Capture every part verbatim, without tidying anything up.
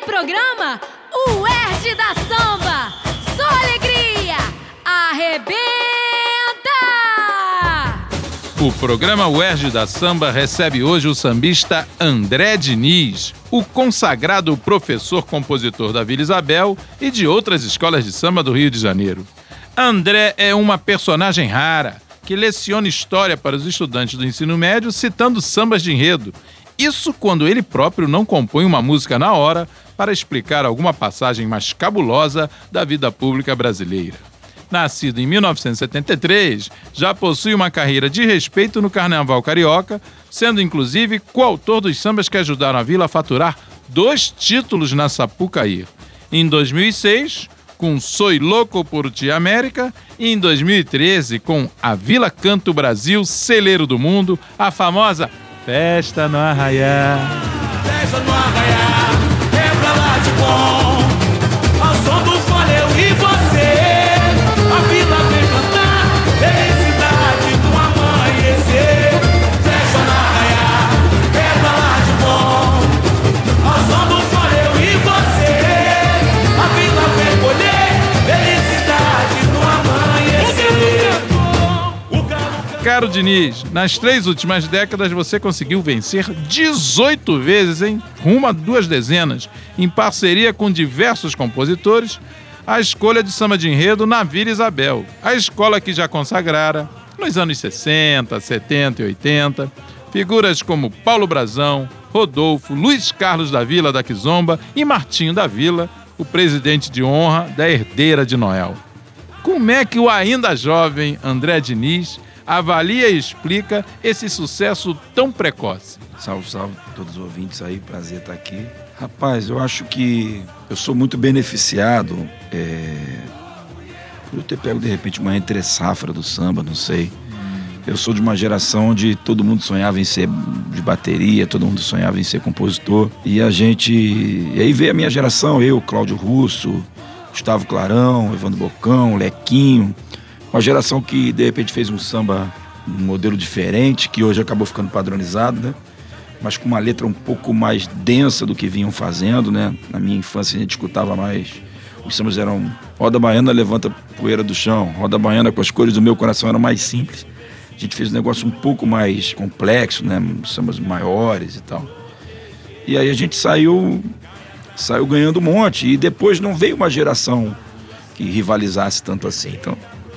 programa O Erge da Samba. Só alegria, arrebenta! O programa O Erge da Samba recebe hoje o sambista André Diniz, o consagrado professor compositor da Vila Isabel e de outras escolas de samba do Rio de Janeiro. André é uma personagem rara, que leciona história para os estudantes do ensino médio citando sambas de enredo. Isso quando ele próprio não compõe uma música na hora para explicar alguma passagem mais cabulosa da vida pública brasileira. Nascido em mil novecentos e setenta e três, já possui uma carreira de respeito no carnaval carioca, sendo inclusive coautor dos sambas que ajudaram a Vila a faturar dois títulos na Sapucaí. Em dois mil e seis, com Soy Louco por Ti América, e em dois mil e treze, com A Vila Canto Brasil, Celeiro do Mundo, a famosa Festa no Arraiá. Festa no Arraiá, é pra lá de bom, ao som do fole eu e você, a vila vem cantar, felicidade no amanhecer. Festa no Arraiá, é pra lá de bom, ao som do fole eu e você, a vila vem colher, felicidade no amanhecer. Caro Diniz, nas três últimas décadas você conseguiu vencer dezoito vezes, hein? Rumo a duas dezenas, em parceria com diversos compositores, a escolha de samba de enredo na Vila Isabel, a escola que já consagrara, nos anos sessenta, setenta e oitenta, figuras como Paulo Brazão, Rodolfo, Luiz Carlos da Vila da Quizomba e Martinho da Vila, o presidente de honra da herdeira de Noel. Como é que o ainda jovem André Diniz avalia e explica esse sucesso tão precoce? Salve, salve a todos os ouvintes aí, prazer estar aqui. Rapaz, eu acho que eu sou muito beneficiado é, por eu ter pego de repente uma entre-safra do samba, não sei. Eu sou de uma geração onde todo mundo sonhava em ser de bateria, todo mundo sonhava em ser compositor. E a gente... E aí veio a minha geração, eu, Cláudio Russo, Gustavo Clarão, Evandro Bocão, Lequinho. Uma geração que, de repente, fez um samba, um modelo diferente, que hoje acabou ficando padronizado, né? Mas com uma letra um pouco mais densa do que vinham fazendo, né? Na minha infância, a gente escutava mais. Os sambas eram Roda Baiana, levanta poeira do chão. Roda Baiana, com as cores do meu coração, eram mais simples. A gente fez um negócio um pouco mais complexo, né? Sambas maiores e tal. E aí a gente saiu, saiu ganhando um monte. E depois não veio uma geração que rivalizasse tanto assim. Então...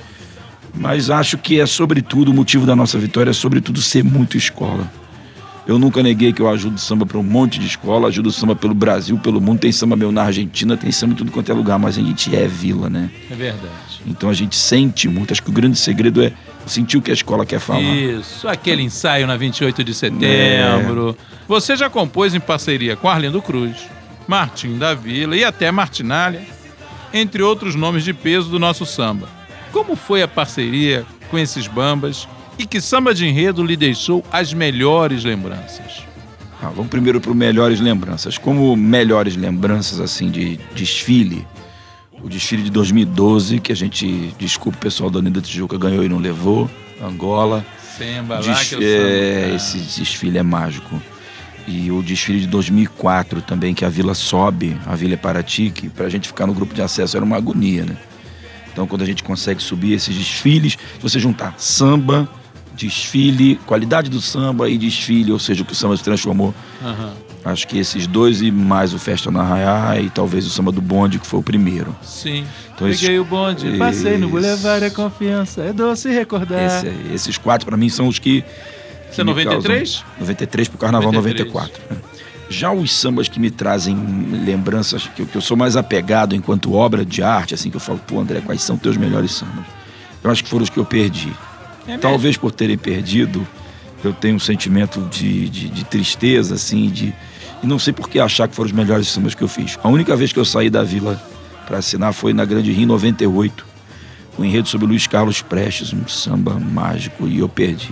Mas acho que é sobretudo, o motivo da nossa vitória é sobretudo ser muito escola. Eu nunca neguei que eu ajudo samba para um monte de escola, ajudo samba pelo Brasil, pelo mundo. Tem samba meu na Argentina, tem samba em tudo quanto é lugar, mas a gente é vila, né? É verdade. Então a gente sente muito. Acho que o grande segredo é sentir o que a escola quer falar. Isso, aquele ensaio na vinte e oito de setembro. É. Você já compôs em parceria com Arlindo Cruz, Martinho da Vila e até Martinalha, entre outros nomes de peso do nosso samba. Como foi a parceria com esses bambas e que samba de enredo lhe deixou as melhores lembranças? Ah, vamos primeiro para melhores lembranças. Como melhores lembranças assim de desfile, o desfile de dois mil e doze, que a gente, desculpa o pessoal da Unida Tijuca, ganhou e não levou, Angola. Samba, Des... lá que eu é, samba, esse desfile é mágico. E o desfile de dois mil e quatro também, que a Vila sobe, a Vila é Paraty, que pra gente ficar no grupo de acesso era uma agonia, né? Então, quando a gente consegue subir esses desfiles, se você juntar samba, desfile, qualidade do samba e desfile, ou seja, o que o samba se transformou, uhum. Acho que esses dois e mais o Festa no Arraiá e talvez o samba do bonde, que foi o primeiro. Sim, então, peguei esses, o bonde, esse... passei no Boulevard da Confiança, é doce recordar. Esse, esses quatro, pra mim, são os que... Você é noventa e três? noventa e três pro Carnaval noventa e três. noventa e quatro. Né? Já os sambas que me trazem lembranças, que eu, que eu sou mais apegado enquanto obra de arte, assim, que eu falo, pô, André, quais são teus melhores sambas? Eu acho que foram os que eu perdi. É Talvez por terem perdido, eu tenho um sentimento de, de, de tristeza, assim, de, e não sei por que achar que foram os melhores sambas que eu fiz. A única vez que eu saí da Vila para assinar foi na Grande Rio, em noventa e oito, o um enredo sobre Luiz Carlos Prestes, um samba mágico, e eu perdi.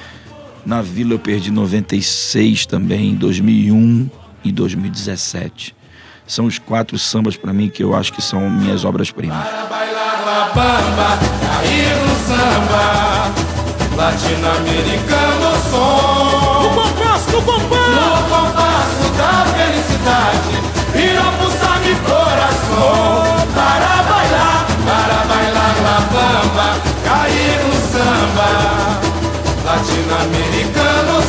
Na Vila eu perdi noventa e seis também, dois mil e um e dois mil e dezessete. São os quatro sambas pra mim que eu acho que são minhas obras-primas. Para bailar la bamba, cair no samba, latino-americano som. No compasso, no compasso, no compasso da felicidade, virou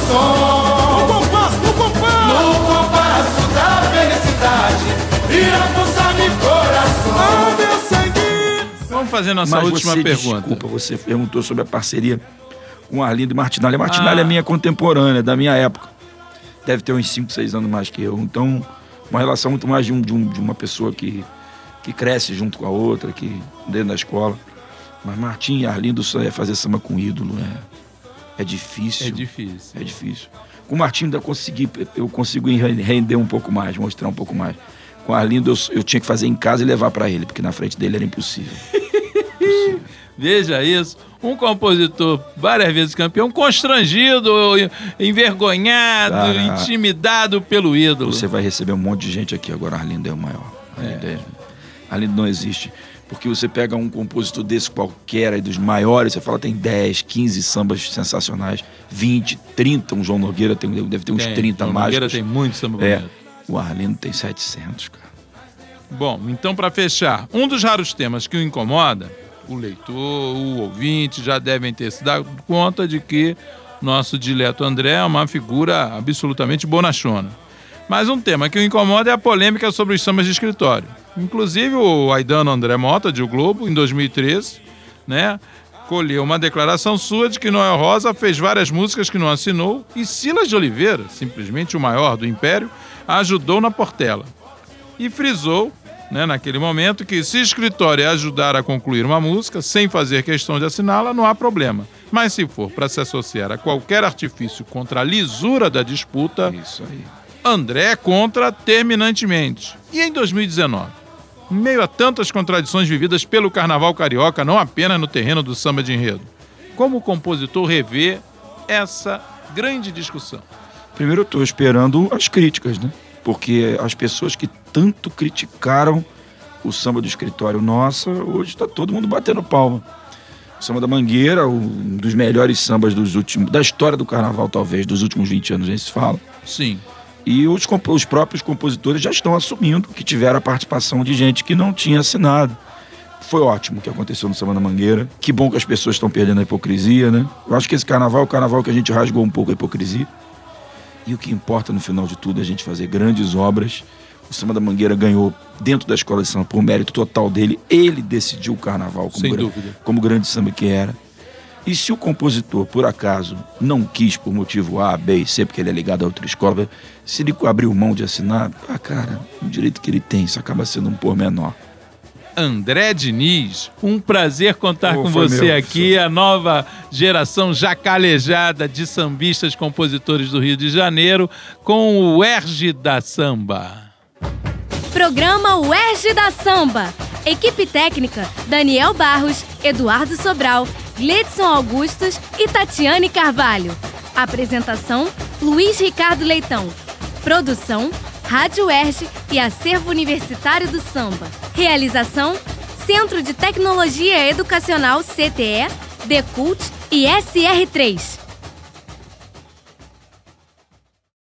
som. No compasso, no compasso, no compasso da felicidade, vira pulsar meu coração. Ah, meu sangue. Vamos fazer nossa Mas última você, pergunta. Desculpa, você perguntou sobre a parceria com Arlindo e Martinalha. A Martinalha Ah. é minha contemporânea, da minha época. Deve ter uns cinco, seis anos mais que eu. Então, uma relação muito mais de, um, de, um, de uma pessoa que, que cresce junto com a outra, que dentro da escola. Mas Martim e Arlindo só é fazer samba com ídolo. É, é difícil. É difícil. É difícil. Com o Martim ainda consegui, eu consigo render um pouco mais, mostrar um pouco mais. Com o Arlindo eu, eu tinha que fazer em casa e levar para ele, porque na frente dele era impossível. impossível. Veja isso, um compositor várias vezes campeão, constrangido, envergonhado, Ah, intimidado pelo ídolo. Você vai receber um monte de gente aqui agora. Arlindo é o maior. Arlindo, é. É, Arlindo não existe. Porque você pega um compositor desse qualquer, aí dos maiores, você fala tem dez, quinze sambas sensacionais, vinte, trinta, um João Nogueira tem, deve ter uns Tem, trinta João mágicos. Nogueira tem muito samba É, bonito. o Arlindo tem setecentos, cara. Bom, então para fechar, um dos raros temas que o incomoda, o leitor, o ouvinte já devem ter se dado conta de que nosso dileto André é uma figura absolutamente bonachona. Mas um tema que o incomoda é a polêmica sobre os sambas de escritório. Inclusive o Aidano André Mota, de O Globo, em dois mil e treze, né, colheu uma declaração sua de que Noel Rosa fez várias músicas que não assinou e Silas de Oliveira, simplesmente o maior do Império, a ajudou na Portela. E frisou, né, naquele momento, que se escritório é ajudar a concluir uma música sem fazer questão de assiná-la, não há problema. Mas se for para se associar a qualquer artifício contra a lisura da disputa, Isso aí. André é contra terminantemente. E em dois mil e dezenove, em meio a tantas contradições vividas pelo carnaval carioca, não apenas no terreno do samba de enredo, como o compositor revê essa grande discussão? Primeiro eu estou esperando as críticas, né? Porque as pessoas que tanto criticaram o samba do escritório nossa, hoje está todo mundo batendo palma. O Samba da Mangueira, um dos melhores sambas dos últimos, da história do carnaval, talvez, dos últimos vinte anos, a gente se fala. Sim. E os, os próprios compositores já estão assumindo que tiveram a participação de gente que não tinha assinado. Foi ótimo o que aconteceu no Samba da Mangueira. Que bom que as pessoas estão perdendo a hipocrisia, né? Eu acho que esse carnaval é o carnaval que a gente rasgou um pouco a hipocrisia. E o que importa no final de tudo é a gente fazer grandes obras. O Samba da Mangueira ganhou dentro da escola de samba por mérito total dele. Ele decidiu o carnaval como, Sem gran- dúvida. como grande samba que era. E se o compositor, por acaso, não quis por motivo A, B e C, porque ele é ligado a outra escola, se ele abriu mão de assinar, ah, cara, o direito que ele tem, isso acaba sendo um pormenor. André Diniz, um prazer contar Oh, com foi você meu, aqui, professor. a nova geração já calejada de sambistas compositores do Rio de Janeiro, com o Erge da Samba. Programa U E R J da Samba. Equipe técnica: Daniel Barros, Eduardo Sobral, Gledson Augustos e Tatiane Carvalho. Apresentação: Luiz Ricardo Leitão. Produção: Rádio U E R J e Acervo Universitário do Samba. Realização: Centro de Tecnologia Educacional C T E, Decult e S R três.